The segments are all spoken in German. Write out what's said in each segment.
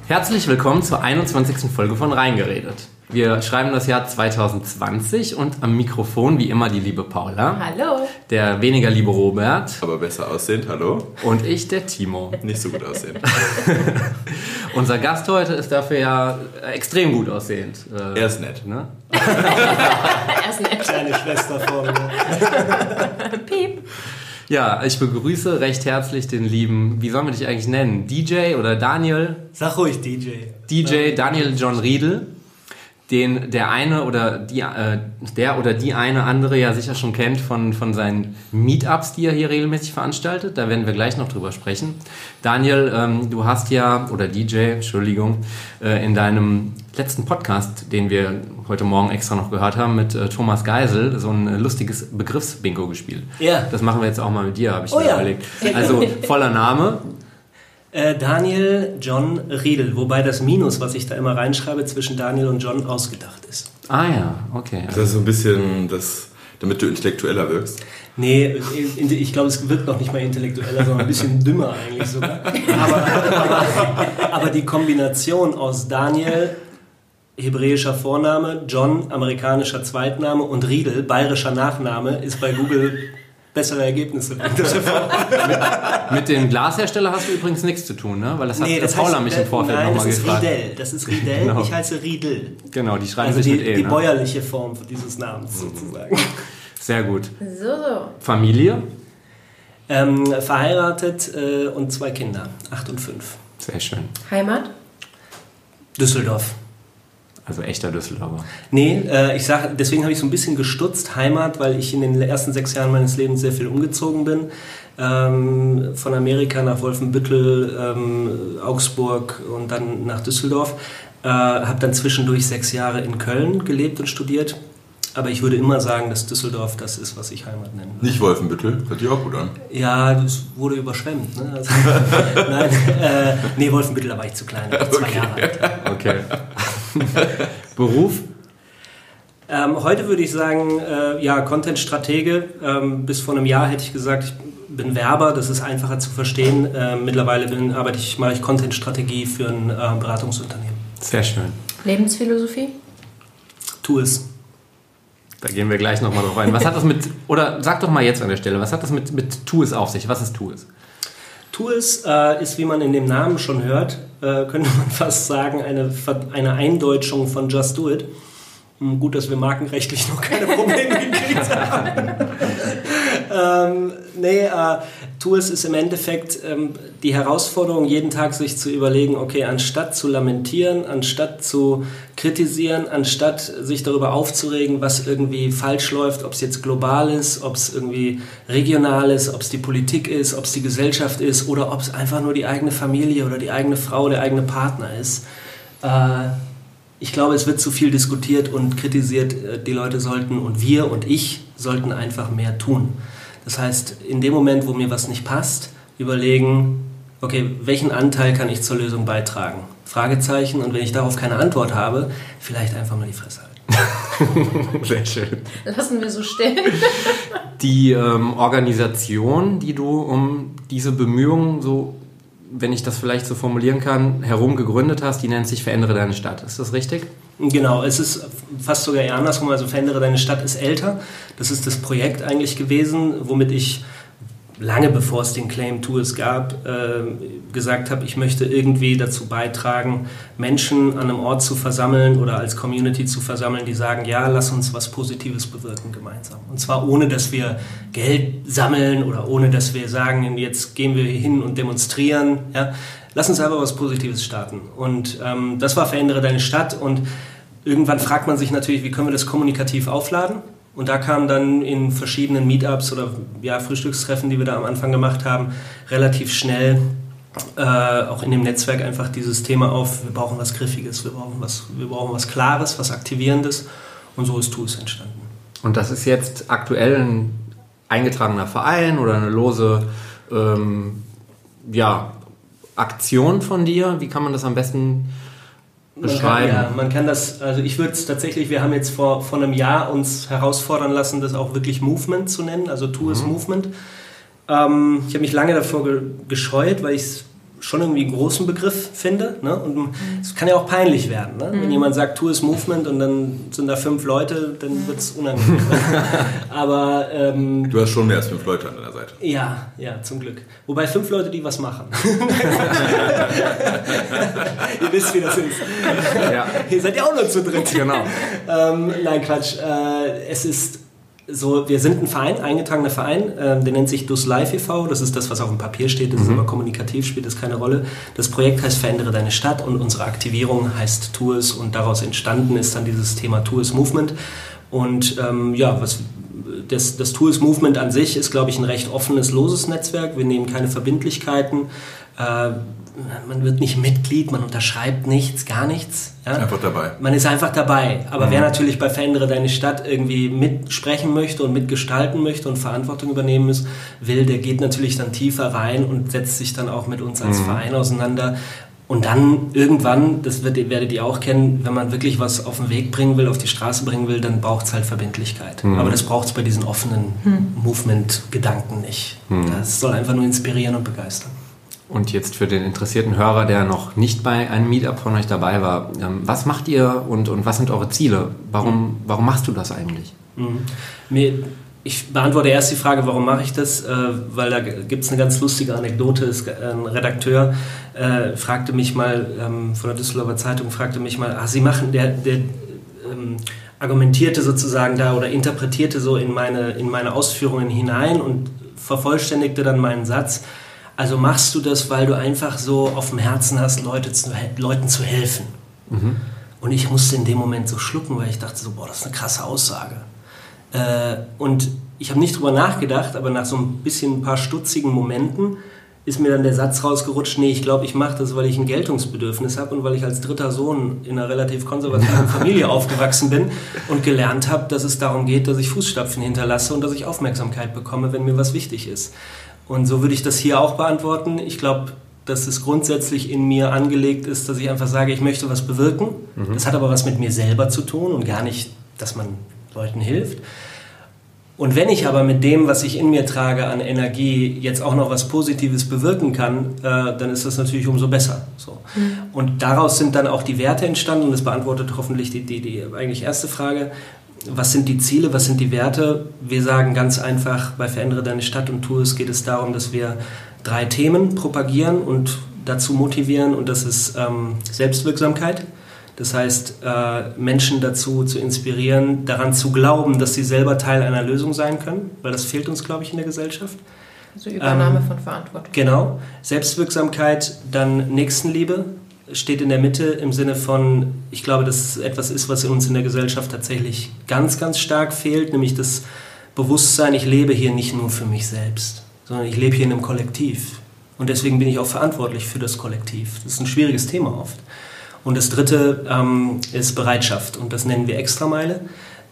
Herzlich willkommen zur 21. Folge von Reingeredet. Wir schreiben das Jahr 2020 und am Mikrofon wie immer die liebe Paula. Hallo. Der weniger liebe Robert. Aber besser aussehend, hallo. Und ich, der Timo. Nicht so gut aussehend. Unser Gast heute ist dafür ja extrem gut aussehend. Er ist nett. Ne? Er ist nett. Kleine Schwester vor mir. Piep. Ja, ich begrüße recht herzlich den lieben, wie sollen wir dich eigentlich nennen? DJ oder Daniel? Sag ruhig DJ. DJ Daniel John Riedel, den der eine oder die eine andere ja sicher schon kennt von seinen Meetups, die er hier regelmäßig veranstaltet. Da werden wir gleich noch drüber sprechen. Daniel, du hast ja, oder DJ, Entschuldigung, in deinem letzten Podcast, den wir heute Morgen extra noch gehört haben, mit Thomas Geisel, so ein lustiges Begriffsbingo gespielt. Ja. Das machen wir jetzt auch mal mit dir, habe ich mir ja. überlegt. Also voller Name. Daniel John Riedel, wobei das Minus, was ich da immer reinschreibe, zwischen Daniel und John ausgedacht ist. Ah ja, okay. Das ist so ein bisschen damit du intellektueller wirkst. Nee, ich glaube, es wirkt noch nicht mal intellektueller, sondern ein bisschen dümmer eigentlich sogar. Aber die Kombination aus Daniel, hebräischer Vorname, John, amerikanischer Zweitname und Riedel, bayerischer Nachname, ist bei Google bessere Ergebnisse. Mit dem Glashersteller hast du übrigens nichts zu tun, ne? Weil das hat Paula mich im Vorfeld nochmal gefragt. Das ist Riedel, Genau. Ich heiße Riedel. Genau, die schreiben Also sich mit E. die Ne? bäuerliche Form dieses Namens sozusagen. Sehr gut. So. Familie? Verheiratet und 2 Kinder, 8 und 5. Sehr schön. Heimat? Düsseldorf. Also echter Düsseldorfer. Nee, deswegen habe ich so ein bisschen gestutzt, Heimat, weil ich in den ersten 6 Jahren meines Lebens sehr viel umgezogen bin. Von Amerika nach Wolfenbüttel, Augsburg und dann nach Düsseldorf. Habe dann zwischendurch 6 Jahre in Köln gelebt und studiert. Aber ich würde immer sagen, dass Düsseldorf das ist, was ich Heimat nenne. Nicht Wolfenbüttel, hört sich auch gut an. Ja, das wurde überschwemmt. Ne? Also, nein, Wolfenbüttel, da war ich zu klein, 2 Jahre alt. Okay. Beruf? Heute würde ich sagen, Content-Stratege. Bis vor einem Jahr hätte ich gesagt, ich bin Werber, das ist einfacher zu verstehen. Mittlerweile mache ich Content-Strategie für ein Beratungsunternehmen. Sehr schön. Lebensphilosophie? Tu es. Da gehen wir gleich nochmal drauf ein. Was hat das oder sag doch mal jetzt an der Stelle, was hat das mit Tu es auf sich? Was ist Tu es? Tu es ist, wie man in dem Namen schon hört, könnte man fast sagen, eine Eindeutschung von Just Do It. Gut, dass wir markenrechtlich noch keine Probleme gekriegt haben. Tu es ist im Endeffekt die Herausforderung, jeden Tag sich zu überlegen, okay, anstatt zu lamentieren, anstatt zu kritisieren, anstatt sich darüber aufzuregen, was irgendwie falsch läuft, ob es jetzt global ist, ob es irgendwie regional ist, ob es die Politik ist, ob es die Gesellschaft ist oder ob es einfach nur die eigene Familie oder die eigene Frau, der eigene Partner ist. Ich glaube, es wird zu viel diskutiert und kritisiert. Die Leute sollten und wir und ich sollten einfach mehr tun. Das heißt, in dem Moment, wo mir was nicht passt, überlegen, okay, welchen Anteil kann ich zur Lösung beitragen? Fragezeichen. Und wenn ich darauf keine Antwort habe, vielleicht einfach mal die Fresse halten. Sehr schön. Lassen wir so stehen. Die Organisation, die du um diese Bemühungen so, wenn ich das vielleicht so formulieren kann, herum gegründet hast, die nennt sich Verändere deine Stadt. Ist das richtig? Genau, es ist fast sogar eher andersrum. Also Verändere deine Stadt ist älter. Das ist das Projekt eigentlich gewesen, womit ich lange bevor es den Claim To Es gab, gesagt habe, ich möchte irgendwie dazu beitragen, Menschen an einem Ort zu versammeln oder als Community zu versammeln, die sagen, ja, lass uns was Positives bewirken gemeinsam. Und zwar ohne, dass wir Geld sammeln oder ohne, dass wir sagen, jetzt gehen wir hin und demonstrieren. Ja? Lass uns einfach was Positives starten. Und das war Verändere deine Stadt. Und irgendwann fragt man sich natürlich, wie können wir das kommunikativ aufladen? Und da kam dann in verschiedenen Meetups oder Frühstückstreffen, die wir da am Anfang gemacht haben, relativ schnell auch in dem Netzwerk einfach dieses Thema auf, wir brauchen was Griffiges, wir brauchen was Klares, was Aktivierendes. Und so ist Tu es entstanden. Und das ist jetzt aktuell ein eingetragener Verein oder eine lose Aktion von dir? Wie kann man das am besten beschreiben? Man kann das, also ich würde es tatsächlich, wir haben jetzt vor einem Jahr uns herausfordern lassen, das auch wirklich Movement zu nennen, also Tu es Movement. Ich habe mich lange davor gescheut, weil ich es schon irgendwie einen großen Begriff finde. Ne? Und es kann ja auch peinlich werden. Ne? Wenn jemand sagt, Tourist Movement und dann sind da 5 Leute, dann wird es unangenehm. Aber du hast schon mehr als 5 Leute an deiner Seite. Ja, zum Glück. Wobei 5 Leute, die was machen. Ihr wisst, wie das ist. Ja. Ihr seid ja auch nur zu dritt. Genau. Nein, Quatsch. Es ist so, wir sind ein Verein, eingetragener Verein, der nennt sich Dus Live e.V., das ist das, was auf dem Papier steht, das ist aber kommunikativ, spielt das keine Rolle. Das Projekt heißt Verändere deine Stadt und unsere Aktivierung heißt Tours und daraus entstanden ist dann dieses Thema Tours Movement. Und das Tours Movement an sich ist, glaube ich, ein recht offenes, loses Netzwerk. Wir nehmen keine Verbindlichkeiten. Man wird nicht Mitglied, man unterschreibt nichts, gar nichts. Ja? Einfach dabei. Man ist einfach dabei. Aber wer natürlich bei Verändere deine Stadt irgendwie mitsprechen möchte und mitgestalten möchte und Verantwortung übernehmen will, der geht natürlich dann tiefer rein und setzt sich dann auch mit uns als Verein auseinander. Und dann irgendwann, werdet ihr auch kennen, wenn man wirklich was auf den Weg bringen will, auf die Straße bringen will, dann braucht es halt Verbindlichkeit. Aber das braucht es bei diesen offenen Movement-Gedanken nicht. Das soll einfach nur inspirieren und begeistern. Und jetzt für den interessierten Hörer, der noch nicht bei einem Meetup von euch dabei war, was macht ihr und was sind eure Ziele? Warum machst du das eigentlich? Ich beantworte erst die Frage, warum mache ich das, weil da gibt es eine ganz lustige Anekdote. Ein Redakteur fragte mich mal, von der Düsseldorfer Zeitung, fragte mich mal, Sie machen, der argumentierte sozusagen da oder interpretierte so in meine Ausführungen hinein und vervollständigte dann meinen Satz. Also machst du das, weil du einfach so auf dem Herzen hast, Leuten zu helfen. Und ich musste in dem Moment so schlucken, weil ich dachte so, boah, das ist eine krasse Aussage. Und ich habe nicht drüber nachgedacht, aber nach so ein paar stutzigen Momenten ist mir dann der Satz rausgerutscht, nee, ich glaube, ich mache das, weil ich ein Geltungsbedürfnis habe und weil ich als 3. Sohn in einer relativ konservativen Familie aufgewachsen bin und gelernt habe, dass es darum geht, dass ich Fußstapfen hinterlasse und dass ich Aufmerksamkeit bekomme, wenn mir was wichtig ist. Und so würde ich das hier auch beantworten. Ich glaube, dass es grundsätzlich in mir angelegt ist, dass ich einfach sage, ich möchte was bewirken. Das hat aber was mit mir selber zu tun und gar nicht, dass man Leuten hilft. Und wenn ich aber mit dem, was ich in mir trage an Energie, jetzt auch noch was Positives bewirken kann, dann ist das natürlich umso besser. So. Und daraus sind dann auch die Werte entstanden und das beantwortet hoffentlich die eigentlich erste Frage. Was sind die Ziele, was sind die Werte? Wir sagen ganz einfach, bei Verändere deine Stadt und Tours geht es darum, dass wir 3 Themen propagieren und dazu motivieren und das ist Selbstwirksamkeit. Das heißt, Menschen dazu zu inspirieren, daran zu glauben, dass sie selber Teil einer Lösung sein können, weil das fehlt uns, glaube ich, in der Gesellschaft. Also Übernahme von Verantwortung. Genau. Selbstwirksamkeit, dann Nächstenliebe steht in der Mitte im Sinne von, ich glaube, dass es etwas ist, was uns in der Gesellschaft tatsächlich ganz, ganz stark fehlt, nämlich das Bewusstsein, ich lebe hier nicht nur für mich selbst, sondern ich lebe hier in einem Kollektiv. Und deswegen bin ich auch verantwortlich für das Kollektiv. Das ist ein schwieriges Thema oft. Und das dritte ist Bereitschaft und das nennen wir Extrameile.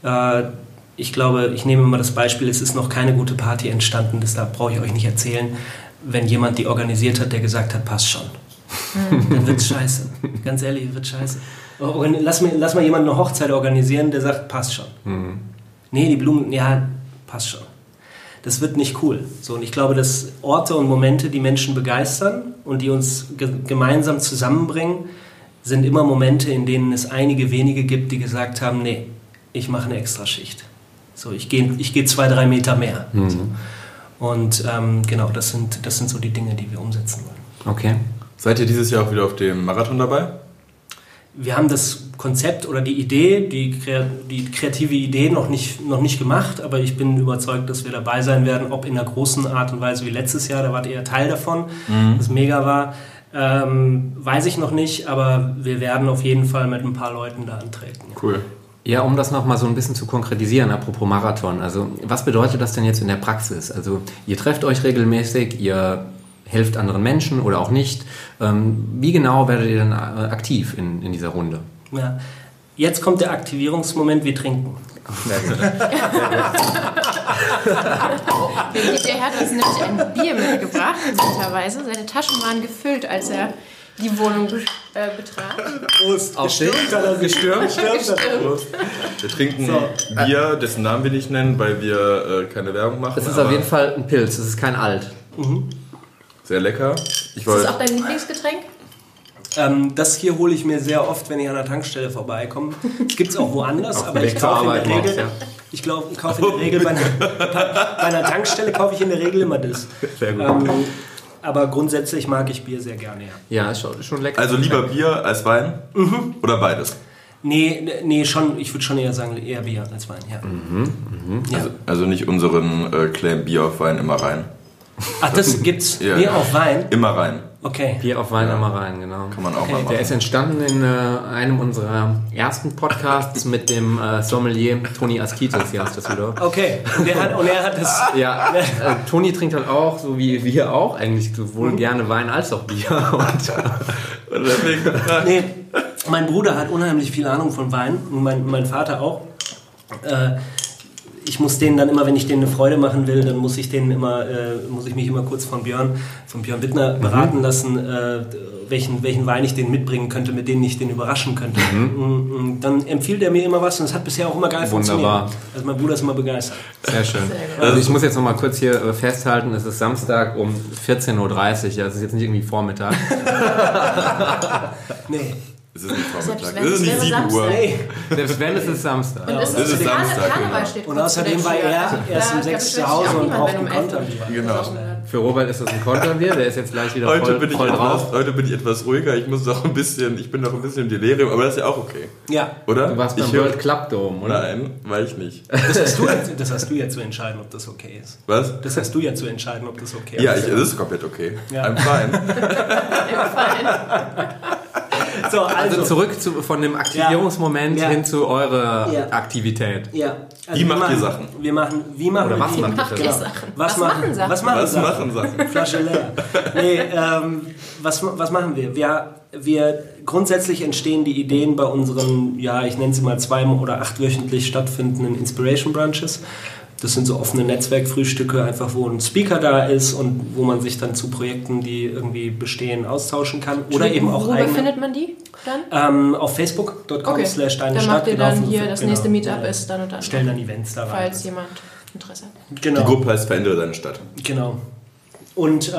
Ich glaube, ich nehme mal das Beispiel, es ist noch keine gute Party entstanden, das brauche ich euch nicht erzählen, wenn jemand die organisiert hat, der gesagt hat, passt schon. Dann wird's scheiße. Ganz ehrlich, wird scheiße. Lass mal jemanden eine Hochzeit organisieren, der sagt, passt schon. Nee, die Blumen, ja, passt schon. Das wird nicht cool. So, und ich glaube, dass Orte und Momente, die Menschen begeistern und die uns gemeinsam zusammenbringen, sind immer Momente, in denen es einige wenige gibt, die gesagt haben, nee, ich mache eine Extraschicht. So, ich gehe 2-3 Meter mehr. So. Und genau, das sind so die Dinge, die wir umsetzen wollen. Okay. Seid ihr dieses Jahr auch wieder auf dem Marathon dabei? Wir haben das Konzept oder die Idee, die kreative Idee noch nicht gemacht, aber ich bin überzeugt, dass wir dabei sein werden, ob in einer großen Art und Weise wie letztes Jahr, da wart ihr Teil davon, was mega war. Weiß ich noch nicht, aber wir werden auf jeden Fall mit ein paar Leuten da antreten. Cool. Ja, um das nochmal so ein bisschen zu konkretisieren, apropos Marathon. Also, was bedeutet das denn jetzt in der Praxis? Also, ihr trefft euch regelmäßig, ihr helft anderen Menschen oder auch nicht. Wie genau werdet ihr denn aktiv in dieser Runde? Ja. Jetzt kommt der Aktivierungsmoment, wir trinken. Der hat uns nämlich ein Bier mitgebracht, netterweise. Seine Taschen waren gefüllt, als er die Wohnung betrat. Prost. Gestürmt. Prost. Wir trinken Bier, dessen Namen wir nicht nennen, weil wir keine Werbung machen. Es ist auf jeden Fall ein Pilz, es ist kein Alt. Sehr lecker. Ist das auch dein Lieblingsgetränk? Das hier hole ich mir sehr oft, wenn ich an der Tankstelle vorbeikomme. Das gibt es auch woanders, aber ich kaufe in der Regel... Ich kaufe in der Regel bei einer Tankstelle kaufe ich in der Regel immer das. Sehr gut. Aber grundsätzlich mag ich Bier sehr gerne, ja. Ja, ist schon lecker. Also lieber Bier als Wein? Oder beides? Nee, schon, ich würde schon eher sagen, eher Bier als Wein, ja. Ja. Also nicht unseren Claim Bier auf Wein immer rein. Ach, das gibt's Ja. Bier auf Wein? Immer rein. Okay. Bier auf Wein immer rein, genau. Kann man auch mal machen. Der ist entstanden in einem unserer ersten Podcasts mit dem Sommelier Toni Askitis, hier aus Düsseldorf. Okay, und er hat das... Ja, Toni trinkt halt auch, so wie wir auch, eigentlich sowohl gerne Wein als auch Bier. Und deswegen, Nee, mein Bruder hat unheimlich viel Ahnung von Wein und mein Vater auch. Ich muss denen dann immer, wenn ich denen eine Freude machen will, dann muss ich mich immer kurz von Björn Wittner beraten lassen, welchen Wein ich denen mitbringen könnte, mit denen ich den überraschen könnte. Und dann empfiehlt er mir immer was und es hat bisher auch immer geil funktioniert. Wunderbar. Also mein Bruder ist immer begeistert. Sehr schön. Sehr Also ich muss jetzt noch mal kurz hier festhalten, es ist Samstag um 14.30 Uhr, ja, es ist jetzt nicht irgendwie Vormittag. Nee. es ist nicht Selbst Vormittag. wenn Es ist es nicht wäre 7 Uhr. Samstag. Nee. Selbst wenn, es ist Samstag. Und es Das ist Samstag, Karneval genau. steht Und kurz außerdem vor war der er Tür. erst um Da 6 beschwert zu Hause sich auch und niemand, braucht wenn ein um 11 Uhr Konterbier. Genau. Für Robert ist das ein Konterbier, der ist jetzt gleich wieder voll drauf. Heute bin ich etwas ruhiger. Ich bin noch ein bisschen im Delirium, aber das ist ja auch okay. Ja. Oder? Du warst beim Ich World Club Dome, oder? Nein, war ich nicht. Das hast du ja zu entscheiden, ob das okay ist. Was? Das hast du ja zu entscheiden, ob das okay Ja, ist. es ist komplett okay. Ja. I'm fine. So, Also zurück von dem Aktivierungsmoment Ja. hin zu eurer Ja. Aktivität. Ja. Also Wie macht ihr Sachen? Wie machen Oder was wir macht Macht ihr ihr Sachen? Sachen? Was machen Sachen? Was machen Sachen? Flasche leer. Nee, was machen wir? Wir grundsätzlich entstehen die Ideen bei unseren, ja, ich nenne sie mal 2- oder 8-wöchentlich stattfindenden Inspiration Brunches. Das sind so offene Netzwerkfrühstücke, einfach wo ein Speaker da ist und wo man sich dann zu Projekten, die irgendwie bestehen, austauschen kann. Oder eben auch Worüber findet man die dann? auf facebook.com/deine Okay. Stadt. Dann macht ihr dann hier, das Genau. nächste Meetup ist dann und dann. Stellen dann Events da rein. Falls jemand Interesse hat. Genau. Die Gruppe heißt Verändere deine Stadt. Genau. Und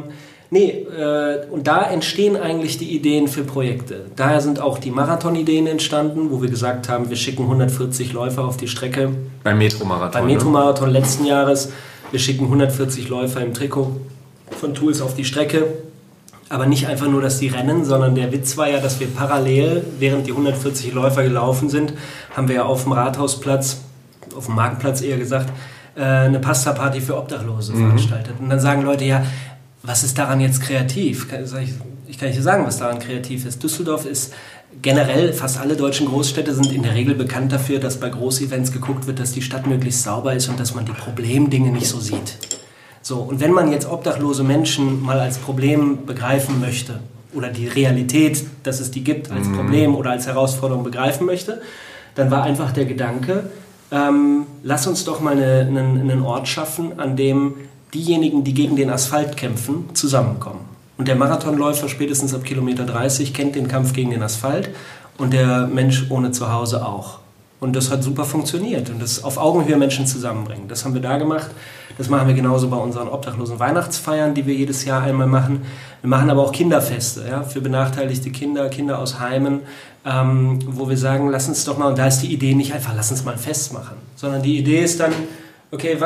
und da entstehen eigentlich die Ideen für Projekte. Daher sind auch die Marathon-Ideen entstanden, wo wir gesagt haben, wir schicken 140 Läufer auf die Strecke. Beim Metromarathon. Beim Metromarathon letzten Jahres, wir schicken 140 Läufer im Trikot von Tools auf die Strecke. Aber nicht einfach nur, dass die rennen, sondern der Witz war ja, dass wir parallel, während die 140 Läufer gelaufen sind, haben wir ja auf dem Rathausplatz, auf dem Marktplatz eher gesagt, eine Pasta-Party für Obdachlose veranstaltet. Und dann sagen Leute, ja, was ist daran jetzt kreativ? Ich kann nicht sagen, was daran kreativ ist. Düsseldorf ist generell, fast alle deutschen Großstädte sind in der Regel bekannt dafür, dass bei Großevents geguckt wird, dass die Stadt möglichst sauber ist und dass man die Problemdinge nicht so sieht. So, und wenn man jetzt obdachlose Menschen mal als Problem begreifen möchte oder die Realität, dass es die gibt, als Problem oder als Herausforderung begreifen möchte, dann war einfach der Gedanke, lass uns doch mal einen Ort schaffen, an dem diejenigen, die gegen den Asphalt kämpfen, zusammenkommen. Und der Marathonläufer spätestens ab Kilometer 30 kennt den Kampf gegen den Asphalt und der Mensch ohne Zuhause auch. Und das hat super funktioniert und das auf Augenhöhe Menschen zusammenbringen. Das haben wir da gemacht. Das machen wir genauso bei unseren obdachlosen Weihnachtsfeiern, die wir jedes Jahr einmal machen. Wir machen aber auch Kinderfeste, ja, für benachteiligte Kinder, Kinder aus Heimen, wo wir sagen, lass uns doch mal, und da ist die Idee nicht einfach, lass uns mal ein Fest machen, sondern die Idee ist dann, okay,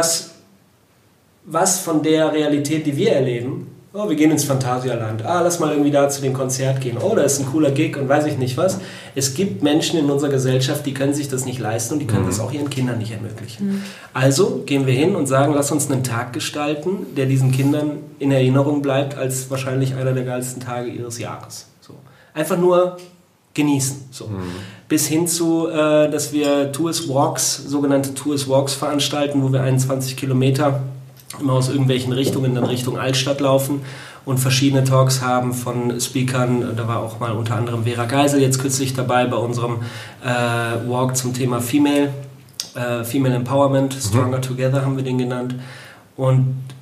was von der Realität, die wir erleben, oh, wir gehen ins Phantasialand, lass mal irgendwie da zu dem Konzert gehen, oh, da ist ein cooler Gig und weiß ich nicht was. Es gibt Menschen in unserer Gesellschaft, die können sich das nicht leisten und die können das auch ihren Kindern nicht ermöglichen. Also gehen wir hin und sagen, lass uns einen Tag gestalten, der diesen Kindern in Erinnerung bleibt als wahrscheinlich einer der geilsten Tage ihres Jahres. So. Einfach nur genießen. So. Bis hin zu, dass wir sogenannte Tours Walks veranstalten, wo wir 21 Kilometer immer aus irgendwelchen Richtungen dann Richtung Altstadt laufen und verschiedene Talks haben von Speakern. Da war auch mal unter anderem Vera Geisel jetzt kürzlich dabei bei unserem Walk zum Thema Female Empowerment, Stronger Together haben wir den genannt. Und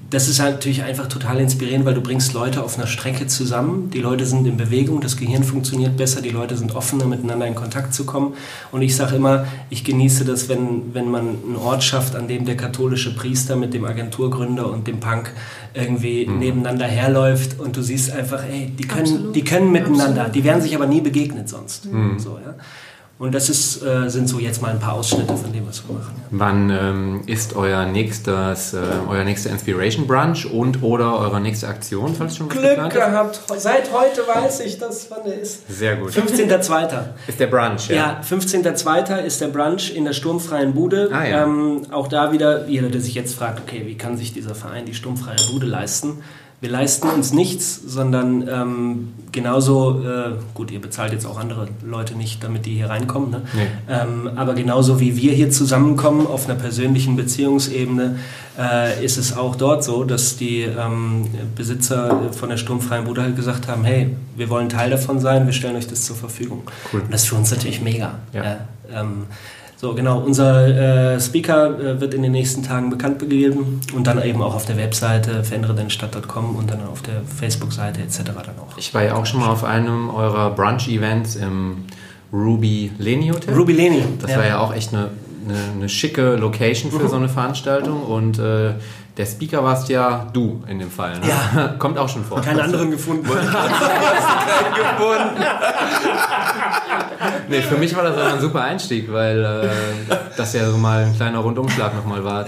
das ist halt natürlich einfach total inspirierend, weil du bringst Leute auf einer Strecke zusammen, die Leute sind in Bewegung, das Gehirn funktioniert besser, die Leute sind offener, miteinander in Kontakt zu kommen. Und ich sage immer, ich genieße das, wenn man einen Ort schafft, an dem der katholische Priester mit dem Agenturgründer und dem Punk irgendwie nebeneinander herläuft und du siehst einfach, ey, die können miteinander, die wären sich aber nie begegnet sonst. So, ja. Und das sind so jetzt mal ein paar Ausschnitte von dem, was wir machen. Ja. Wann ist euer nächster Inspiration Brunch und oder eure nächste Aktion, falls schon was Glück gehabt. Seit heute weiß ich, wann der ist. Sehr gut. 15.02. ist der Brunch, ja? Ja, 15.02. ist der Brunch in der Sturmfreien Bude. Ah, ja. Auch da wieder, jeder, der sich jetzt fragt, okay, wie kann sich dieser Verein die Sturmfreie Bude leisten? Wir leisten uns nichts, sondern genauso, gut, ihr bezahlt jetzt auch andere Leute nicht, damit die hier reinkommen, ne? Nee. Aber genauso wie wir hier zusammenkommen auf einer persönlichen Beziehungsebene, ist es auch dort so, dass die Besitzer von der Sturmfreien Bude halt gesagt haben, hey, wir wollen Teil davon sein, wir stellen euch das zur Verfügung. Cool. Und das ist für uns natürlich mega. Ja. So, genau, unser Speaker wird in den nächsten Tagen bekannt gegeben und dann eben auch auf der Webseite veränderedeinstadt.com und dann auf der Facebook-Seite etc. dann auch. Ich war ja auch schon mal auf einem eurer Brunch-Events im Ruby Leni Hotel. Ruby Leni. Das war ja auch echt eine schicke Location für so eine Veranstaltung und der Speaker warst ja du in dem Fall. Ne? Ja. Kommt auch schon vor. Keinen anderen gefunden. Nee, für mich war das aber ein super Einstieg, weil das ja so mal ein kleiner Rundumschlag nochmal war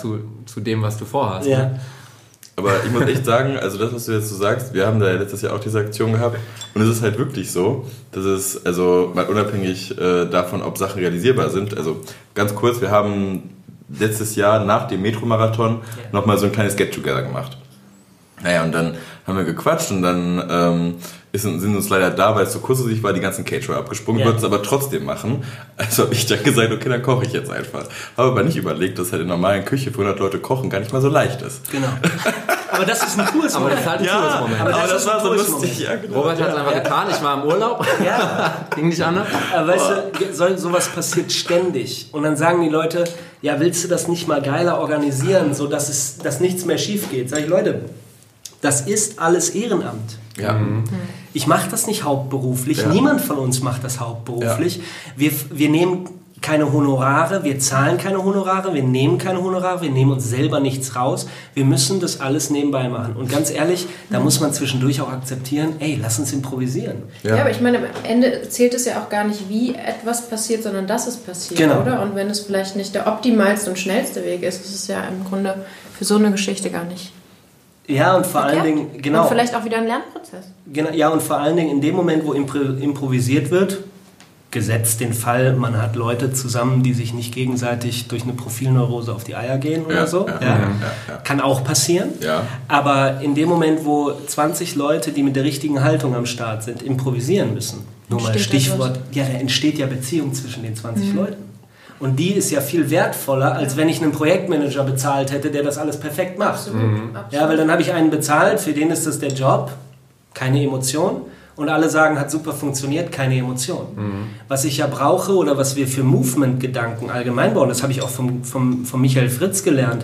zu dem, was du vorhast. Ja. Ne? Aber ich muss echt sagen, also das, was du jetzt so sagst, wir haben da ja letztes Jahr auch diese Aktion gehabt und es ist halt wirklich so, dass es, also mal unabhängig davon, ob Sachen realisierbar sind, also ganz kurz, wir haben letztes Jahr nach dem Metro-Marathon nochmal so ein kleines Get-Together gemacht. Naja, und dann haben wir gequatscht und dann sind uns leider da, weil es so kurzfristig war, die ganzen Caterer abgesprungen, wollten es aber trotzdem machen. Also habe ich dann gesagt, okay, dann koche ich jetzt einfach. Habe aber nicht überlegt, dass halt in einer normalen Küche für 100 Leute kochen gar nicht mal so leicht ist. Genau. Aber das ist ein cooles Moment. Aber das ist halt ein cooles Moment. Aber das war so lustig. Moment. Ja, genau. Robert hat es einfach getan, ich war im Urlaub. Ja. Ging nicht anders. Aber weißt du, sowas passiert ständig. Und dann sagen die Leute, ja, willst du das nicht mal geiler organisieren, sodass dass nichts mehr schief geht? Sag ich, Leute, das ist alles Ehrenamt. Ja. Ich mache das nicht hauptberuflich. Ja. Niemand von uns macht das hauptberuflich. Ja. Wir nehmen keine Honorare, wir zahlen keine Honorare, wir nehmen keine Honorare, wir nehmen uns selber nichts raus. Wir müssen das alles nebenbei machen. Und ganz ehrlich, da muss man zwischendurch auch akzeptieren, ey, lass uns improvisieren. Ja, aber ich meine, am Ende zählt es ja auch gar nicht, wie etwas passiert, sondern dass es passiert, genau. Oder? Und wenn es vielleicht nicht der optimalste und schnellste Weg ist, ist es ja im Grunde für so eine Geschichte gar nicht. Ja, und vor allen Dingen, genau. Und vielleicht auch wieder ein Lernprozess. Genau, ja, und vor allen Dingen in dem Moment, wo improvisiert wird, gesetzt den Fall, man hat Leute zusammen, die sich nicht gegenseitig durch eine Profilneurose auf die Eier gehen oder so. Ja. Kann auch passieren. Ja. Aber in dem Moment, wo 20 Leute, die mit der richtigen Haltung am Start sind, improvisieren müssen, nur mal Stichwort, ja, da entsteht ja Beziehung zwischen den 20 Leuten. Und die ist ja viel wertvoller, als wenn ich einen Projektmanager bezahlt hätte, der das alles perfekt macht. Absolut. Ja, weil dann habe ich einen bezahlt, für den ist das der Job, keine Emotion. Und alle sagen, hat super funktioniert, keine Emotion. Was ich ja brauche oder was wir für Movement-Gedanken allgemein bauen, das habe ich auch vom Michael Fritz gelernt,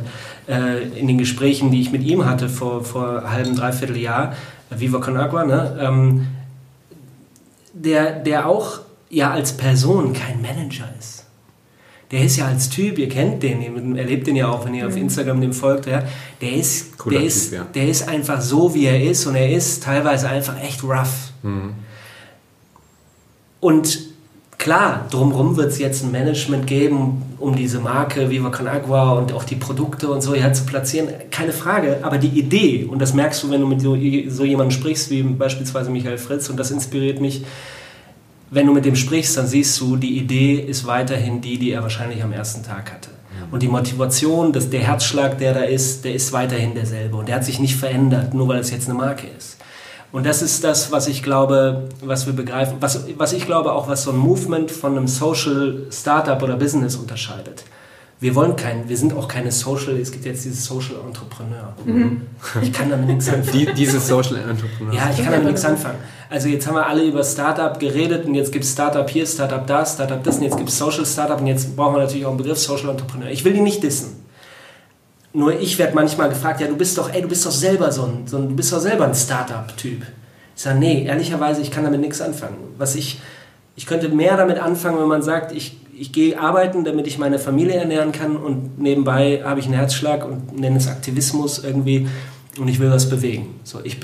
in den Gesprächen, die ich mit ihm hatte vor einem halben, dreiviertel Jahr, Viva Con Agua, ne? Der auch ja als Person kein Manager ist. Der ist ja als Typ, ihr kennt den, ihr erlebt den ja auch, wenn ihr auf Instagram dem folgt, ja, der ist einfach so, wie er ist und er ist teilweise einfach echt rough. Und klar, drumherum wird es jetzt ein Management geben, um diese Marke Viva Con Agua und auch die Produkte und so zu platzieren, keine Frage, aber die Idee, und das merkst du, wenn du mit so jemandem sprichst, wie beispielsweise Michael Fritz, und das inspiriert mich, wenn du mit dem sprichst, dann siehst du, die Idee ist weiterhin die er wahrscheinlich am ersten Tag hatte. Und die Motivation, der Herzschlag, der da ist, der ist weiterhin derselbe. Und der hat sich nicht verändert, nur weil es jetzt eine Marke ist. Und das ist das, was ich glaube, was wir begreifen, was ich glaube auch, was so ein Movement von einem Social Startup oder Business unterscheidet. Wir sind auch keine Social, es gibt jetzt dieses Social Entrepreneur. Ich kann damit nichts anfangen. Dieses Social Entrepreneur. Ja, ich kann damit nichts anfangen. Also jetzt haben wir alle über Startup geredet und jetzt gibt es Startup hier, Startup da, Startup das und jetzt gibt es Social Startup und jetzt brauchen wir natürlich auch einen Begriff Social Entrepreneur. Ich will die nicht dissen. Nur ich werde manchmal gefragt, ja, du bist doch selber du bist doch selber ein Startup-Typ. Ich sage, nee, ehrlicherweise, ich kann damit nichts anfangen. Ich könnte mehr damit anfangen, wenn man sagt, ich gehe arbeiten, damit ich meine Familie ernähren kann und nebenbei habe ich einen Herzschlag und nenne es Aktivismus irgendwie und ich will was bewegen. So, ich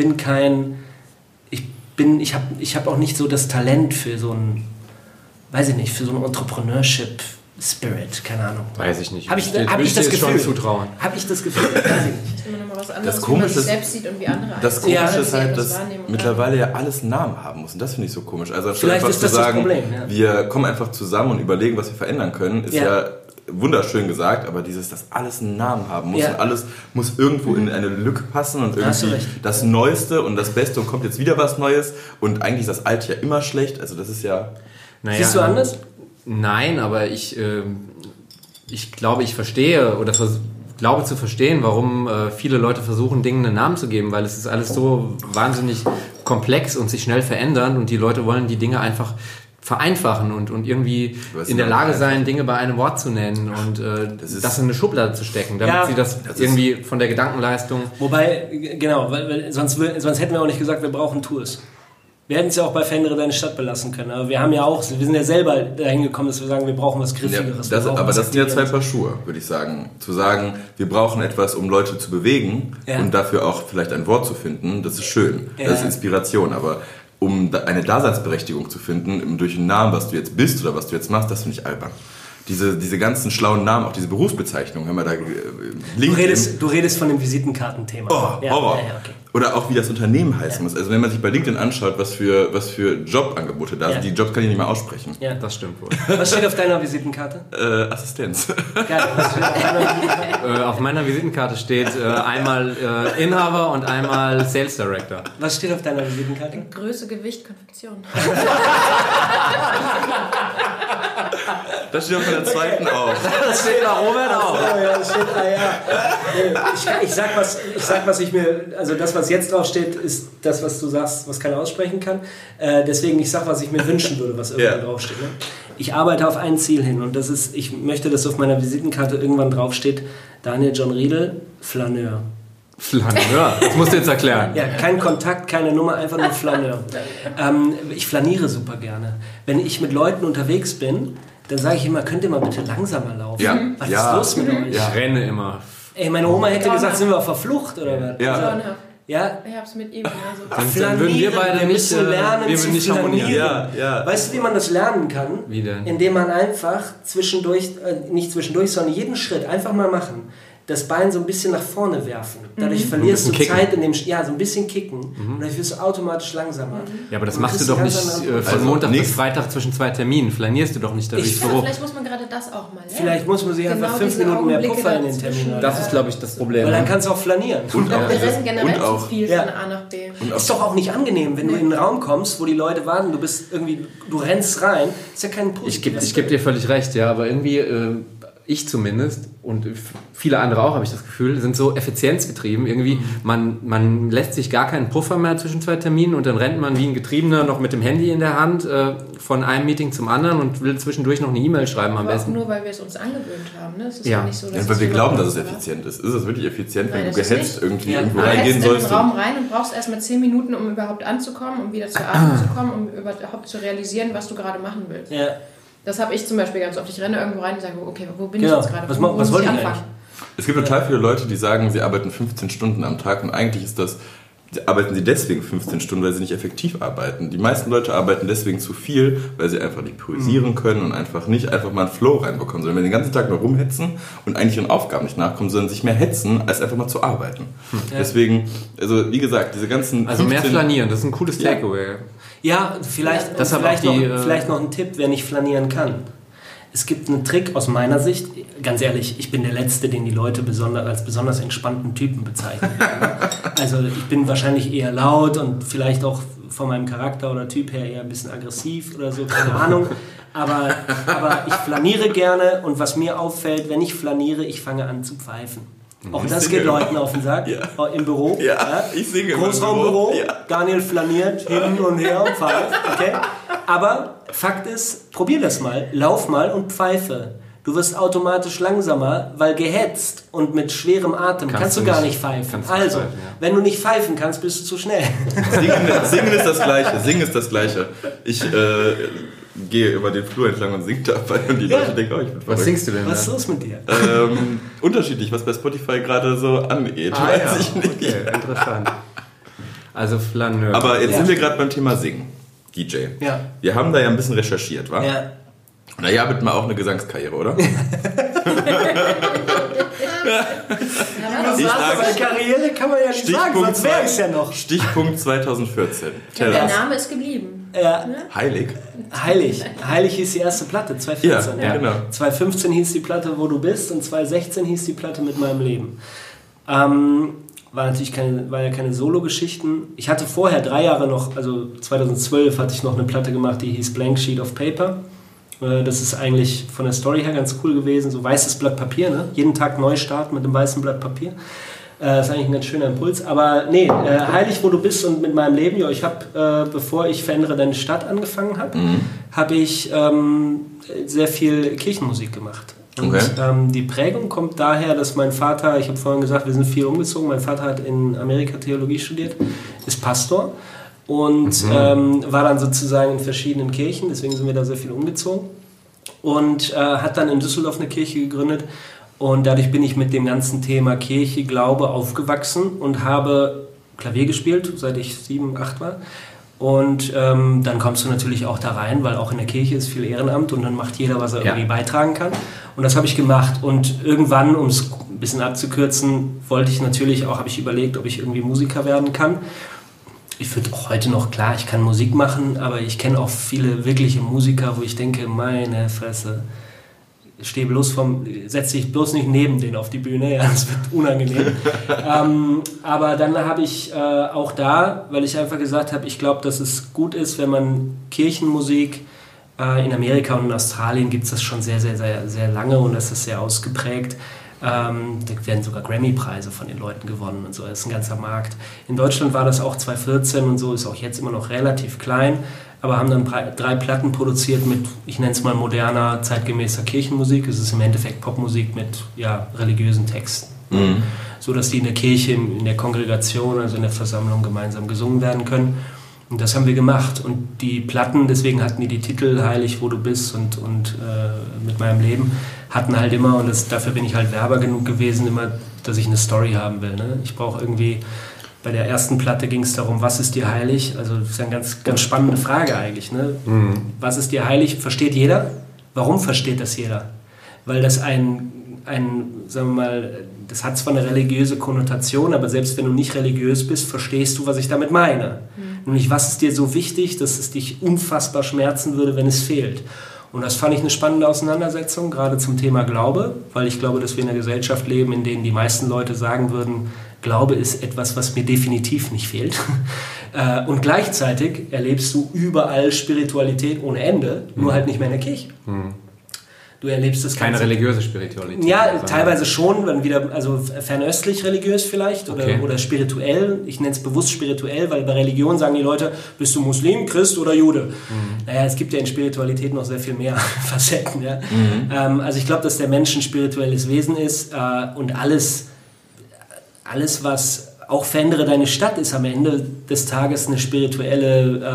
habe auch nicht so das Talent für so ein, weiß ich nicht, für so ein Entrepreneurship Spirit, keine Ahnung. Weiß ich nicht. Habe ich das Gefühl? Schon zutrauen. Habe ich das Gefühl? Weiß ich nicht. Das ist immer noch mal was anderes, Das wie man Komische sich ist- selbst sieht und wie andere Das einen Komische sehen ist halt, und dass wahrnehmen. mittlerweile ja alles einen Namen haben muss. Und das finde ich so komisch. Also anstatt Vielleicht einfach ist das zu das sagen, Problem, ja. wir kommen einfach zusammen und überlegen, was wir verändern können, ist ja wunderschön gesagt, aber dass alles einen Namen haben muss und alles muss irgendwo in eine Lücke passen und Hast du irgendwie recht. das Neueste und das Beste und kommt jetzt wieder was Neues und eigentlich ist das Alte ja immer schlecht. Also das ist ja... Naja, Siehst du anders? Nein, aber ich glaube, ich verstehe oder glaube zu verstehen, warum viele Leute versuchen, Dingen einen Namen zu geben, weil es ist alles so wahnsinnig komplex und sich schnell verändern und die Leute wollen die Dinge einfach vereinfachen und irgendwie in der Lage sein, Dinge bei einem Wort zu nennen und das in eine Schublade zu stecken, damit sie das irgendwie von der Gedankenleistung... Wobei, genau, weil sonst hätten wir auch nicht gesagt, wir brauchen Tours. Wir hätten es ja auch bei Verändere deine Stadt belassen können. Aber wir sind ja selber dahin gekommen, dass wir sagen, wir brauchen was Griffigeres. Aber das sind ja zwei Paar Schuhe, würde ich sagen. Zu sagen, wir brauchen etwas, um Leute zu bewegen und dafür auch vielleicht ein Wort zu finden, das ist schön. Das ist Inspiration. Aber um eine Daseinsberechtigung zu finden, durch einen Namen, was du jetzt bist oder was du jetzt machst, das finde ich albern. Diese ganzen schlauen Namen, auch diese Berufsbezeichnungen, haben wir da Du redest von dem Visitenkartenthema. Oh, Horror. Okay. Oder auch wie das Unternehmen heißen muss. Also wenn man sich bei LinkedIn anschaut, was für Jobangebote da sind, die Jobs kann ich nicht mal aussprechen. Ja. Das stimmt wohl. Was steht auf deiner Visitenkarte? Assistenz. Geil. Was steht auf deiner Visitenkarte? Auf meiner Visitenkarte steht einmal Inhaber und einmal Sales Director. Was steht auf deiner Visitenkarte? Größe, Gewicht, Konfektion. Das steht auch bei der zweiten auf. Das steht bei Robert auch. Ja, das steht da, ja. Ich sag, was ich mir, also das, was jetzt drauf steht, ist das, was du sagst, was keiner aussprechen kann. Deswegen, ich sag, was ich mir wünschen würde, was irgendwo draufsteht. Ne? Ich arbeite auf ein Ziel hin und das ist, ich möchte, dass auf meiner Visitenkarte irgendwann draufsteht, Daniel John Riedel, Flaneur. Flaneur, das musst du jetzt erklären. Ja, kein Kontakt, keine Nummer, einfach nur Flaneur. Ich flaniere super gerne. Wenn ich mit Leuten unterwegs bin, dann sage ich immer, könnt ihr mal bitte langsamer laufen? Ja. Was ist los mit euch? Ich renne immer. Ey, meine Oma hätte gesagt, sind wir auf der Flucht oder was? Ja. Sonne. Ja? Ich hab's mit ihm. Also. Dann würden wir beide wir müssen nicht, lernen wir zu würden nicht harmonieren. flanieren. Ja. Weißt du, wie man das lernen kann? Wie denn? Indem man einfach zwischendurch, nicht zwischendurch, sondern jeden Schritt einfach mal machen. Das Bein so ein bisschen nach vorne werfen. Dadurch verlierst du kicken. Zeit in dem, so ein bisschen kicken. Und dann wirst du automatisch langsamer. Ja, aber das Und machst du kriegst doch einen nicht ganz anderen- von Also Montag nichts. bis Freitag zwischen zwei Terminen. Flanierst du doch nicht dadurch Ja, so. vielleicht muss man gerade das auch mal lernen. Vielleicht muss man sich einfach 5 diese Minuten mehr Augenblicke Puffer in den dazwischen. Termin haben. Das ist, glaube ich, das Problem. Weil dann kannst du auch flanieren. Und auch, Wir rennen generell und auch zu viel Ja. von A nach B. Ist doch auch nicht angenehm, wenn du in einen Raum kommst, wo die Leute warten, du rennst rein, ist ja kein Push. Ich geb dir völlig recht, ja, aber irgendwie, ich zumindest und viele andere auch, habe ich das Gefühl, sind so effizienzgetrieben. Irgendwie, man lässt sich gar keinen Puffer mehr zwischen zwei Terminen und dann rennt man wie ein Getriebener noch mit dem Handy in der Hand von einem Meeting zum anderen und will zwischendurch noch eine E-Mail schreiben am Aber auch besten. nur, weil wir es uns angewöhnt haben. Ne? Es ist Ja. nicht so, dass Ja, weil wir es glauben, dass es immer- effizient ist. Ist es wirklich effizient, Nein, wenn du das ist gehetzt nicht. irgendwie Ja. irgendwo Du reingehen hetzt in sollst? den Raum rein und brauchst erstmal 10 Minuten, um überhaupt anzukommen, um wieder zur Atmung zu kommen, um überhaupt zu realisieren, was du gerade machen willst. Ja. Das habe ich zum Beispiel ganz oft. Ich renne irgendwo rein und sage, okay, wo bin Genau. ich jetzt gerade? Was Wo wollte muss ich anfangen? Es gibt total viele Leute, die sagen, sie arbeiten 15 Stunden am Tag und eigentlich arbeiten sie deswegen 15 Stunden, weil sie nicht effektiv arbeiten. Die meisten Leute arbeiten deswegen zu viel, weil sie einfach nicht priorisieren können und einfach nicht einfach mal einen Flow reinbekommen, sondern wenn sie den ganzen Tag nur rumhetzen und eigentlich ihren Aufgaben nicht nachkommen, sondern sich mehr hetzen, als einfach mal zu arbeiten. Ja. Deswegen, also wie gesagt, diese ganzen Also mehr 15 flanieren, das ist ein cooles Ja. Takeaway. Ja, vielleicht, Das hat vielleicht, auch die, noch, vielleicht noch ein Tipp, wer nicht flanieren kann. Es gibt einen Trick aus meiner Sicht, ganz ehrlich, ich bin der Letzte, den die Leute als besonders entspannten Typen bezeichnen. Also ich bin wahrscheinlich eher laut und vielleicht auch von meinem Charakter oder Typ her eher ein bisschen aggressiv oder so, keine Ahnung. Aber ich flaniere gerne und was mir auffällt, wenn ich flaniere, ich fange an zu pfeifen. Auch das geht Leuten auf den Sack, im Büro. Ja, ich singe immer im Großraumbüro, Büro. Ja. Daniel flaniert hin und her und pfeift. Okay? Aber Fakt ist, probier das mal, lauf mal und pfeife. Du wirst automatisch langsamer, weil gehetzt und mit schwerem Atem kannst du gar nicht pfeifen. Also, wenn du nicht pfeifen kannst, bist du zu schnell. Singen ist das Gleiche. Singen ist das Gleiche. Ich gehe über den Flur entlang und singe dabei und die Leute denken, ich bin verrückt. Was singst du denn? Was ist los mit dir? Unterschiedlich, was bei Spotify gerade so angeht. Weiß ich nicht. Okay, interessant. Also Flaneur. Aber jetzt sind wir gerade beim Thema Singen, DJ. Ja. Wir haben da ja ein bisschen recherchiert, wa? Ja. Na ja, bitte mal auch eine Gesangskarriere, oder? Karriere kann man ja nicht sagen, sonst wäre es ja noch. Stichpunkt 2014. Der Name ist geblieben. Ja. Heilig. Heilig hieß die erste Platte, 2014. Ja, genau. 2015 hieß die Platte Wo du bist und 2016 hieß die Platte Mit meinem Leben. War natürlich keine Solo-Geschichten. Ich hatte vorher 3 Jahre noch, also 2012 hatte ich noch eine Platte gemacht, die hieß Blank Sheet of Paper. Das ist eigentlich von der Story her ganz cool gewesen, so weißes Blatt Papier, ne? Jeden Tag neu starten mit einem weißen Blatt Papier. Das ist eigentlich ein ganz schöner Impuls. Aber nee, Heilig, wo du bist und Mit meinem Leben, ich habe, bevor ich Verändere deine Stadt angefangen habe, habe ich sehr viel Kirchenmusik gemacht. Und die Prägung kommt daher, dass mein Vater, ich habe vorhin gesagt, wir sind viel umgezogen, mein Vater hat in Amerika Theologie studiert, ist Pastor und war dann sozusagen in verschiedenen Kirchen, deswegen sind wir da sehr viel umgezogen und hat dann in Düsseldorf eine Kirche gegründet und dadurch bin ich mit dem ganzen Thema Kirche, Glaube aufgewachsen und habe Klavier gespielt, seit ich 7, 8 war. Und dann kommst du natürlich auch da rein, weil auch in der Kirche ist viel Ehrenamt und dann macht jeder, was er irgendwie beitragen kann. Und das habe ich gemacht. Und irgendwann, um es ein bisschen abzukürzen, habe ich überlegt, ob ich irgendwie Musiker werden kann. Ich finde auch heute noch, klar, ich kann Musik machen, aber ich kenne auch viele wirkliche Musiker, wo ich denke, meine Fresse, setz dich bloß nicht neben denen auf die Bühne, ja, das wird unangenehm. Aber dann habe ich auch da, weil ich einfach gesagt habe, ich glaube, dass es gut ist, wenn man Kirchenmusik, in Amerika und in Australien gibt es das schon sehr, sehr, sehr, sehr lange und das ist sehr ausgeprägt. Da werden sogar Grammy-Preise von den Leuten gewonnen und so, das ist ein ganzer Markt. In Deutschland war das auch 2014 und so, ist auch jetzt immer noch relativ klein, aber haben dann 3 Platten produziert mit, ich nenne es mal moderner, zeitgemäßer Kirchenmusik. Es ist im Endeffekt Popmusik mit religiösen Texten. So dass die in der Kirche, in der Kongregation, also in der Versammlung gemeinsam gesungen werden können. Und das haben wir gemacht. Und die Platten, deswegen hatten die Titel Heilig, wo du bist und Mit meinem Leben, hatten halt immer, und dafür bin ich halt Werber genug gewesen, immer, dass ich eine Story haben will. Ne? Ich brauche irgendwie... Bei der ersten Platte ging es darum, was ist dir heilig? Also das ist eine ganz, ganz spannende Frage eigentlich. Ne? Was ist dir heilig? Versteht jeder? Warum versteht das jeder? Weil das sagen wir mal, das hat zwar eine religiöse Konnotation, aber selbst wenn du nicht religiös bist, verstehst du, was ich damit meine. Nämlich, was ist dir so wichtig, dass es dich unfassbar schmerzen würde, wenn es fehlt? Und das fand ich eine spannende Auseinandersetzung, gerade zum Thema Glaube, weil ich glaube, dass wir in einer Gesellschaft leben, in der die meisten Leute sagen würden, Glaube ist etwas, was mir definitiv nicht fehlt. Und gleichzeitig erlebst du überall Spiritualität ohne Ende, nur halt nicht mehr in der Kirche. Du erlebst das keine religiöse Spiritualität. Ja, teilweise schon, wenn wieder, also fernöstlich religiös vielleicht oder spirituell. Ich nenne es bewusst spirituell, weil bei Religion sagen die Leute, bist du Muslim, Christ oder Jude? Naja, es gibt ja in Spiritualität noch sehr viel mehr Facetten. Ja? Also ich glaube, dass der Mensch ein spirituelles Wesen ist und alles, was auch Verändere deine Stadt ist am Ende des Tages eine spirituelle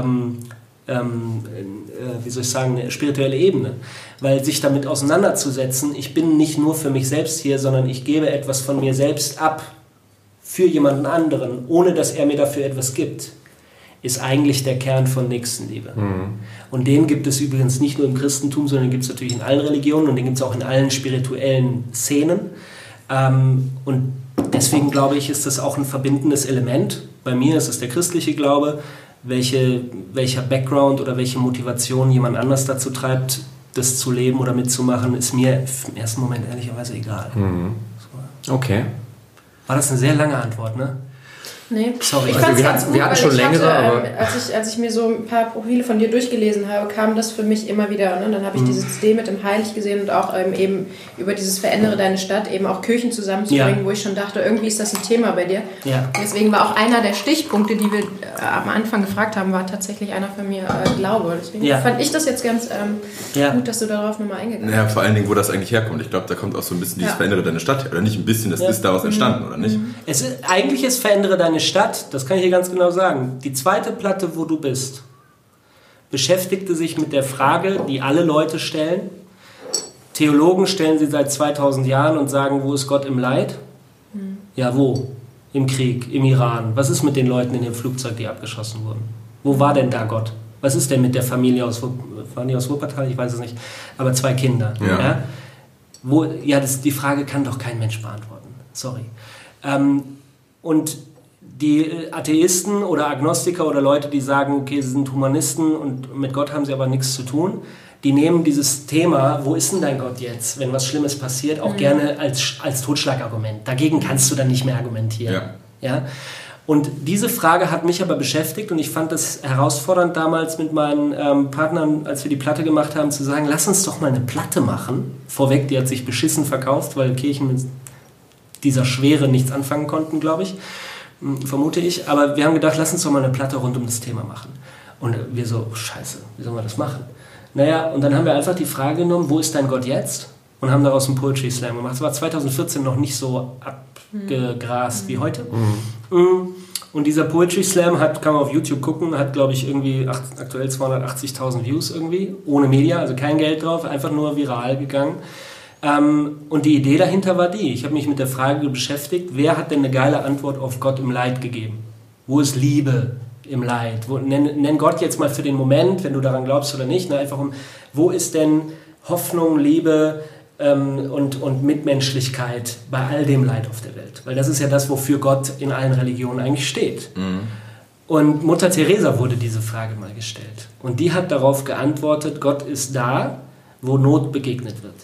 eine spirituelle Ebene. Weil sich damit auseinanderzusetzen, ich bin nicht nur für mich selbst hier, sondern ich gebe etwas von mir selbst ab für jemanden anderen, ohne dass er mir dafür etwas gibt, ist eigentlich der Kern von Nächstenliebe. Und den gibt es übrigens nicht nur im Christentum, sondern den gibt es natürlich in allen Religionen und den gibt es auch in allen spirituellen Szenen. Und deswegen glaube ich, ist das auch ein verbindendes Element. Bei mir ist es der christliche Glaube. Welcher Background oder welche Motivation jemand anders dazu treibt, das zu leben oder mitzumachen, ist mir im ersten Moment ehrlicherweise egal. Okay. War das eine sehr lange Antwort, ne? Nee. Sorry. Ich fand's wir ganz hatten- gut, wir hatten weil schon ich längere, aber- als ich mir so ein paar Profile von dir durchgelesen habe, kam das für mich immer wieder. Ne? Dann habe ich dieses CD mit dem Heilig gesehen und auch eben über dieses Verändere deine Stadt, eben auch Kirchen zusammenzubringen, wo ich schon dachte, irgendwie ist das ein Thema bei dir. Ja. Deswegen war auch einer der Stichpunkte, die wir am Anfang gefragt haben, war tatsächlich einer von mir Glaube. Deswegen fand ich das jetzt ganz gut, dass du darauf nochmal eingegangen bist. Ja, vor allen Dingen, wo das eigentlich herkommt. Ich glaube, da kommt auch so ein bisschen dieses Verändere deine Stadt her. Oder nicht ein bisschen, das ist daraus entstanden, oder nicht? Eigentlich ist Verändere deine Stadt, das kann ich dir ganz genau sagen, die zweite Platte, wo du bist, beschäftigte sich mit der Frage, die alle Leute stellen. Theologen stellen sie seit 2000 Jahren und sagen, wo ist Gott im Leid? Ja, wo? Im Krieg, im Iran. Was ist mit den Leuten in dem Flugzeug, die abgeschossen wurden? Wo war denn da Gott? Was ist denn mit der Familie aus Wuppertal? Ich weiß es nicht. Aber 2 Kinder. Ja. Die Frage kann doch kein Mensch beantworten. Sorry. Und die Atheisten oder Agnostiker oder Leute, die sagen, okay, sie sind Humanisten und mit Gott haben sie aber nichts zu tun, die nehmen dieses Thema, wo ist denn dein Gott jetzt, wenn was Schlimmes passiert, auch gerne als Totschlagargument. Dagegen kannst du dann nicht mehr argumentieren. Ja? Und diese Frage hat mich aber beschäftigt und ich fand das herausfordernd damals mit meinen Partnern, als wir die Platte gemacht haben, zu sagen, lass uns doch mal eine Platte machen. Vorweg, die hat sich beschissen verkauft, weil Kirchen mit dieser Schwere nichts anfangen konnten, glaube ich. Vermute ich. Aber wir haben gedacht, lass uns doch mal eine Platte rund um das Thema machen. Und wir so, scheiße, wie sollen wir das machen? Naja, und dann haben wir einfach die Frage genommen, wo ist dein Gott jetzt? Und haben daraus einen Poetry Slam gemacht. Das war 2014 noch nicht so abgegrast wie heute. Und dieser Poetry Slam kann man auf YouTube gucken, hat, glaube ich, irgendwie aktuell 280.000 Views irgendwie, ohne Media, also kein Geld drauf, einfach nur viral gegangen. Und die Idee dahinter war ich habe mich mit der Frage beschäftigt, wer hat denn eine geile Antwort auf Gott im Leid gegeben? Wo ist Liebe im Leid? Nenn Gott jetzt mal für den Moment, wenn du daran glaubst oder nicht, einfach wo ist denn Hoffnung, Liebe und Mitmenschlichkeit bei all dem Leid auf der Welt? Weil das ist ja das, wofür Gott in allen Religionen eigentlich steht. Und Mutter Teresa wurde diese Frage mal gestellt. Und die hat darauf geantwortet, Gott ist da, wo Not begegnet wird.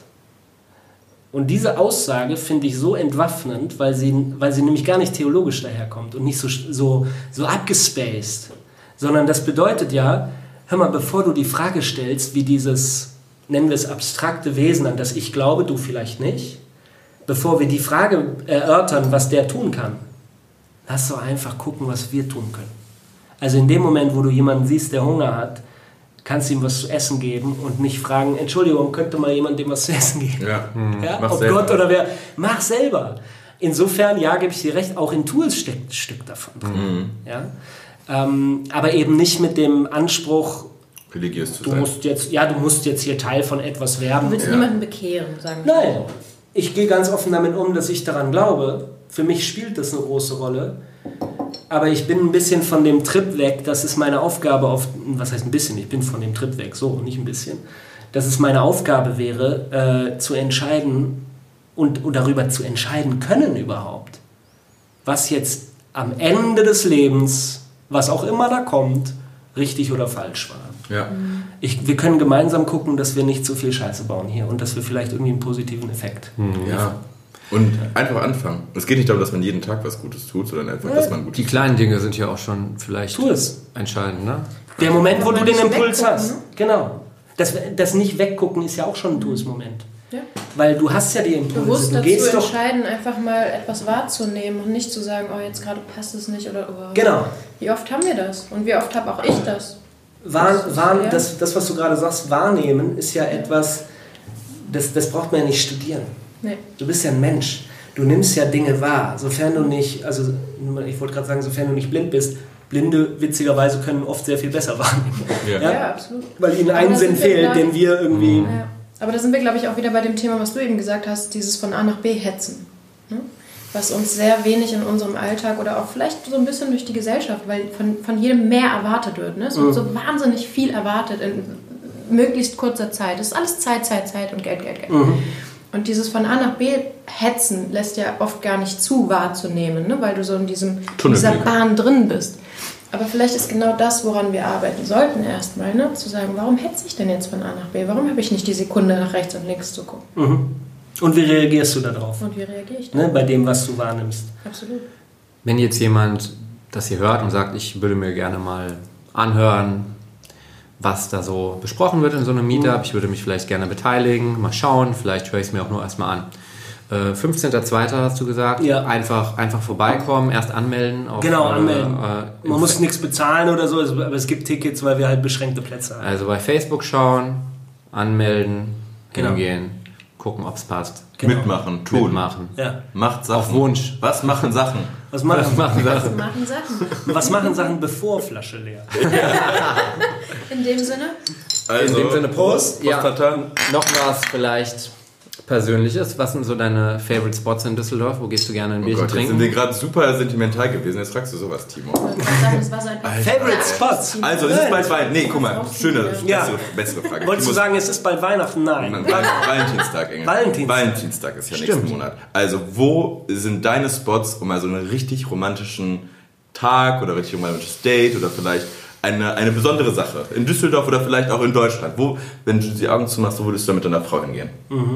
Und diese Aussage finde ich so entwaffnend, weil sie nämlich gar nicht theologisch daherkommt und nicht so abgespaced, sondern das bedeutet ja, hör mal, bevor du die Frage stellst, wie dieses, nennen wir es abstrakte Wesen, an das ich glaube, du vielleicht nicht, bevor wir die Frage erörtern, was der tun kann, lass doch einfach gucken, was wir tun können. Also in dem Moment, wo du jemanden siehst, der Hunger hat, kannst du ihm was zu essen geben und nicht fragen, Entschuldigung, könnte mal jemand dem was zu essen geben? Ja, ob selber. Gott oder wer, mach selber. Insofern, ja, gebe ich dir recht, auch in Tools steckt ein Stück davon drin. Ja? Aber eben nicht mit dem Anspruch, religiös zu du sein. Du musst jetzt hier Teil von etwas werden. Du willst niemanden bekehren, sagen wir. Nein, ich gehe ganz offen damit um, dass ich daran glaube. Für mich spielt das eine große Rolle. Aber ich bin ein bisschen von dem Trip weg, dass es meine Aufgabe was heißt ein bisschen? Ich bin von dem Trip weg, so, nicht ein bisschen. Dass es meine Aufgabe wäre, zu entscheiden und darüber zu entscheiden können überhaupt, was jetzt am Ende des Lebens, was auch immer da kommt, richtig oder falsch war. Ja. Wir können gemeinsam gucken, dass wir nicht so viel Scheiße bauen hier und dass wir vielleicht irgendwie einen positiven Effekt Ja. Und einfach anfangen. Es geht nicht darum, dass man jeden Tag was Gutes tut, sondern einfach, dass man gut Die kleinen Dinge sind ja auch schon vielleicht entscheidend, ne? Der Moment, wo du den Impuls weggucken, hast. ne? Genau. Das nicht weggucken ist ja auch schon ein Tues-Moment. Ja. Weil du hast ja die Impulse. Bewusst Du dazu gehst doch. entscheiden, einfach mal etwas wahrzunehmen und nicht zu sagen, oh, jetzt gerade passt es nicht oder oh. Genau. Wie oft haben wir das? Und wie oft habe auch ich das? Das, was du gerade sagst, wahrnehmen, ist ja etwas, das braucht man ja nicht studieren. Nee. Du bist ja ein Mensch. Du nimmst ja Dinge wahr. Sofern du nicht, also ich wollte gerade sagen, sofern du nicht blind bist. Blinde, witzigerweise, können oft sehr viel besser wahrnehmen. Ja, absolut. Weil ihnen ein Aber Sinn fehlt, den wir irgendwie... Ja. Aber da sind wir, glaube ich, auch wieder bei dem Thema, was du eben gesagt hast, dieses von A nach B hetzen. Ne? Was uns sehr wenig in unserem Alltag oder auch vielleicht so ein bisschen durch die Gesellschaft, weil von jedem mehr erwartet wird. Ne? Es wird so wahnsinnig viel erwartet in möglichst kurzer Zeit. Es ist alles Zeit und Geld. Und dieses von A nach B hetzen lässt ja oft gar nicht zu wahrzunehmen, ne? Weil du so in dieser Bahn drin bist. Aber vielleicht ist genau das, woran wir arbeiten sollten erstmal, ne? Zu sagen, warum hetze ich denn jetzt von A nach B? Warum habe ich nicht die Sekunde nach rechts und links zu gucken? Und wie reagierst du darauf? Und wie reagiere ich dann? Ne? Bei dem, was du wahrnimmst. Absolut. Wenn jetzt jemand das hier hört und sagt, ich würde mir gerne mal anhören, was da so besprochen wird in so einem Meetup. Ich würde mich vielleicht gerne beteiligen, mal schauen, vielleicht höre ich es mir auch nur erstmal an. 15.02. hast du gesagt, Ja. einfach vorbeikommen, erst anmelden. Anmelden. Man muss nichts bezahlen oder so, aber es gibt Tickets, weil wir halt beschränkte Plätze haben. Also bei Facebook schauen, anmelden, Genau. hingehen, gucken, ob es passt. Genau. Mitmachen, tun. Mitmachen. Ja. Macht Sachen. Auf Wunsch. Was machen Sachen? Was machen Sachen? machen Sachen. Was machen Sachen, bevor Flasche leer? In dem Sinne, Also, In dem Sinne, Prost. Ja. Prostata. Noch was vielleicht Persönliches. Was sind so deine Favorite Spots in Düsseldorf? Wo gehst du gerne ein Oh Bierchen Gott, jetzt trinken? sind wir gerade super sentimental gewesen. Jetzt fragst du sowas, Timo. ich kann sagen, das war so ein Favorite Spots? Also, es ist bald Weihnachten. Nee, guck mal, schöne, Ja. bessere Frage. Wolltest du sagen, es ist bald Weihnachten? Nein. Valentinstag, Engel. Valentinstag ist ja nächsten Monat. Also, wo sind deine Spots, um mal so einen richtig romantischen Tag oder richtig romantisches Date oder vielleicht eine besondere Sache in Düsseldorf oder vielleicht auch in Deutschland? Wo, wenn du die Augen zumachst, wo würdest du da mit deiner Frau hingehen?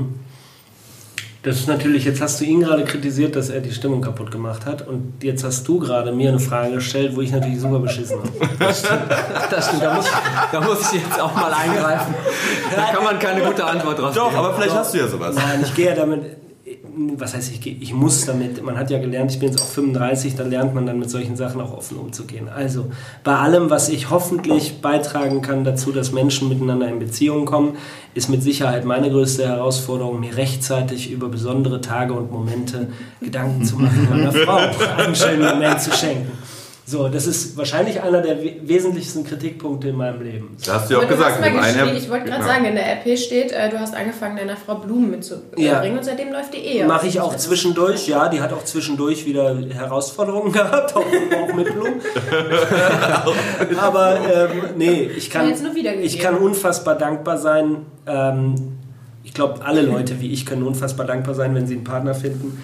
Das ist natürlich, jetzt hast du ihn gerade kritisiert, dass er die Stimmung kaputt gemacht hat und jetzt hast du gerade mir eine Frage gestellt, wo ich natürlich super beschissen habe. Das stimmt, da muss ich jetzt auch mal eingreifen. Da kann man keine gute Antwort drauf Doch, geben. aber vielleicht hast du ja sowas. Nein, ich gehe ja damit, was heißt ich muss damit, man hat ja gelernt, ich bin jetzt auch 35, da lernt man dann mit solchen Sachen auch offen umzugehen. Also bei allem, was ich hoffentlich beitragen kann dazu, dass Menschen miteinander in Beziehung kommen, ist mit Sicherheit meine größte Herausforderung, mir rechtzeitig über besondere Tage und Momente Gedanken zu machen, meiner Frau einen schönen Moment zu schenken. So, das ist wahrscheinlich einer der wesentlichsten Kritikpunkte in meinem Leben. Da hast du ja auch aber du gesagt. hast mal mit einer- geschrieben, ich wollte gerade sagen, in der RP steht, du hast angefangen, deiner Frau Blumen mitzubringen Ja. und seitdem läuft die Ehe. Mache ich auch zwischendurch, ja, die hat auch zwischendurch wieder Herausforderungen gehabt, auch mit Blumen. Aber nee, ich kann unfassbar dankbar sein. Ich glaube, alle Leute wie ich können unfassbar dankbar sein, wenn sie einen Partner finden,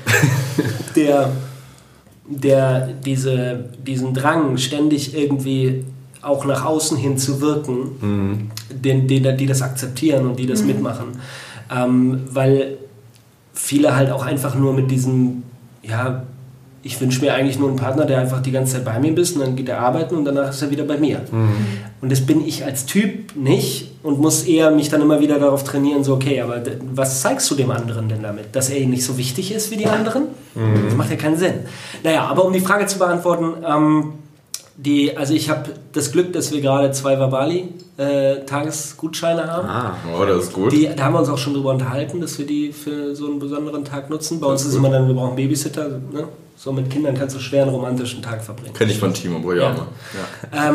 der diesen Drang, ständig irgendwie auch nach außen hin zu wirken, die das akzeptieren und die das mitmachen. Weil viele halt auch einfach nur mit diesem, ja, ich wünsche mir eigentlich nur einen Partner, der einfach die ganze Zeit bei mir ist und dann geht er arbeiten und danach ist er wieder bei mir. Und das bin ich als Typ nicht und muss eher mich dann immer wieder darauf trainieren, so okay, aber was zeigst du dem anderen denn damit? Dass er ihm nicht so wichtig ist wie die anderen? Das macht ja keinen Sinn. Naja, aber um die Frage zu beantworten, also ich habe das Glück, dass wir gerade 2 Vabali-Tagesgutscheine haben. Oh, das ist gut. Da haben wir uns auch schon drüber unterhalten, dass wir die für so einen besonderen Tag nutzen. Bei uns ist immer dann, wir brauchen Babysitter. Ne? So mit Kindern kannst du schwer einen romantischen Tag verbringen. Kenne ich von Timo Brujama. Ja.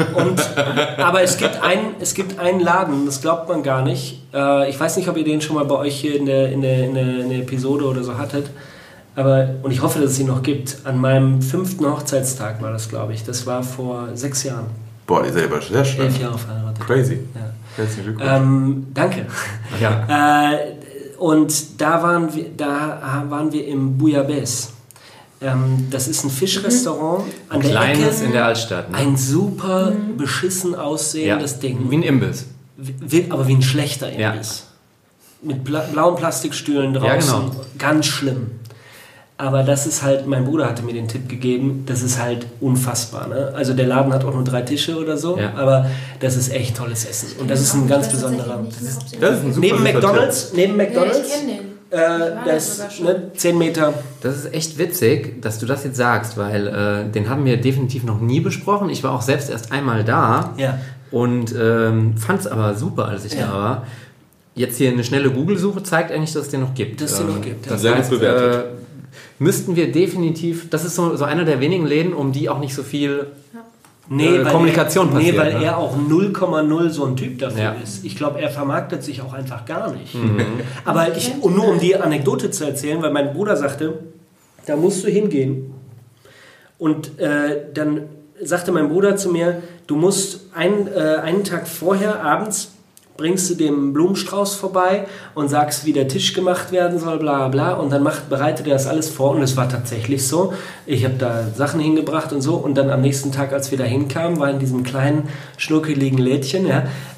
Aber es gibt einen Laden, das glaubt man gar nicht. Ich weiß nicht, ob ihr den schon mal bei euch hier in der Episode oder so hattet. Und ich hoffe, dass es ihn noch gibt. An meinem 5. Hochzeitstag war das, glaube ich. Das war vor 6 Jahren. Boah, die selber sehr schön. 11 Jahre verheiratet. Crazy. Ja. Herzlichen Glückwunsch. Danke. Ja. Und da waren wir im Bouillabaisse. Das ist ein Fischrestaurant an der Kleines Ecke. in der Altstadt. Ne? Ein super beschissen aussehendes Ding. Wie ein Imbiss. Aber wie ein schlechter Imbiss. Mit blauen Plastikstühlen draußen. Ja, genau. Ganz schlimm. Aber das ist halt, mein Bruder hatte mir den Tipp gegeben, das ist halt unfassbar. Ne? Also der Laden hat auch nur 3 Tische oder so, aber das ist echt tolles Essen. Und das ist ein ganz besonderer. Das ist ein super Neben McDonald's, Ja, ich kenne den. das ist 10 Meter. Das ist echt witzig, dass du das jetzt sagst, weil den haben wir definitiv noch nie besprochen. Ich war auch selbst erst einmal da und fand es aber super, als ich da war. Jetzt hier eine schnelle Google-Suche zeigt eigentlich, dass es den noch gibt. Dass es den noch gibt, ja. Das Sehr gut heißt, bewertet. müssten wir definitiv, das ist so einer der wenigen Läden, um die auch nicht so viel weil Kommunikation passiert. weil ne? er auch 0,0 so ein Typ dafür Ja. ist. Ich glaube, er vermarktet sich auch einfach gar nicht. Aber nur um die Anekdote zu erzählen, weil mein Bruder sagte, da musst du hingehen. Und dann sagte mein Bruder zu mir, du musst einen Tag vorher abends bringst du dem Blumenstrauß vorbei und sagst, wie der Tisch gemacht werden soll, bla bla, und dann bereitet er das alles vor, und es war tatsächlich so. Ich habe da Sachen hingebracht und so, und dann am nächsten Tag, als wir da hinkamen, war in diesem kleinen, schnuckeligen Lädchen,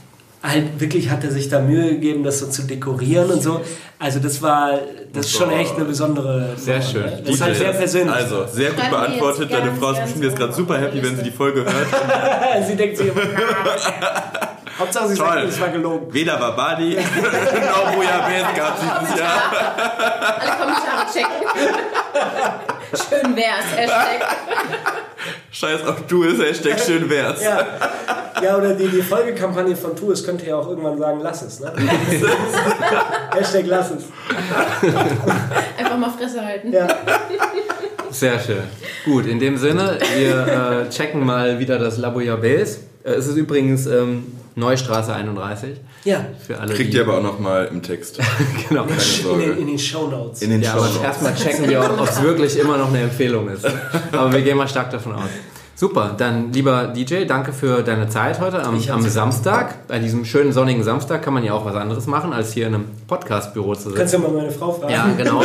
halt wirklich hat er sich da Mühe gegeben, das so zu dekorieren und so. Also das ist schon echt eine besondere... Sehr schön. Das ist halt sehr persönlich. Also, sehr gut beantwortet. Deine Frau ist bestimmt jetzt gerade super happy, wenn sie die Folge hört. Sie denkt sich immer, Hauptsache sie sagt, es war gelogen. Weder war Badi, noch Bouillabaisse gab es dieses Jahr. Alle Kommentare checken. Schön wär's, Hashtag. Scheiß auf du ist Hashtag schön wär's. Ja, oder die Folgekampagne von Tu, es könnte ja auch irgendwann sagen, lass es. Ne? Hashtag lass es. Einfach mal Fresse halten. Ja. Sehr schön. Gut, in dem Sinne, wir checken mal wieder das La Bouillabaisse. Es ist übrigens Neustraße 31. Ja. Für alle, Kriegt ihr aber auch nochmal im Text. Genau. In den Shownotes. Ja, aber erstmal checken wir, ob es wirklich immer noch eine Empfehlung ist. Aber wir gehen mal stark davon aus. Super, dann lieber DJ, danke für deine Zeit heute am Samstag. Bei diesem schönen sonnigen Samstag kann man ja auch was anderes machen, als hier in einem Podcast-Büro zu sitzen. Kannst du mal meine Frau fragen? Ja, genau.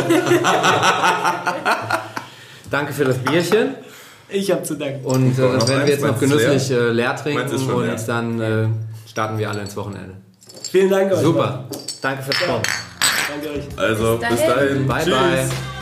Danke für das Bierchen. Ich habe zu danken. Und das werden wir jetzt noch genüsslich leer trinken und leer. dann starten wir alle ins Wochenende. Vielen Dank euch. Super, danke fürs Kommen. Danke euch. Also, bis dahin. Bye, Tschüss. bye.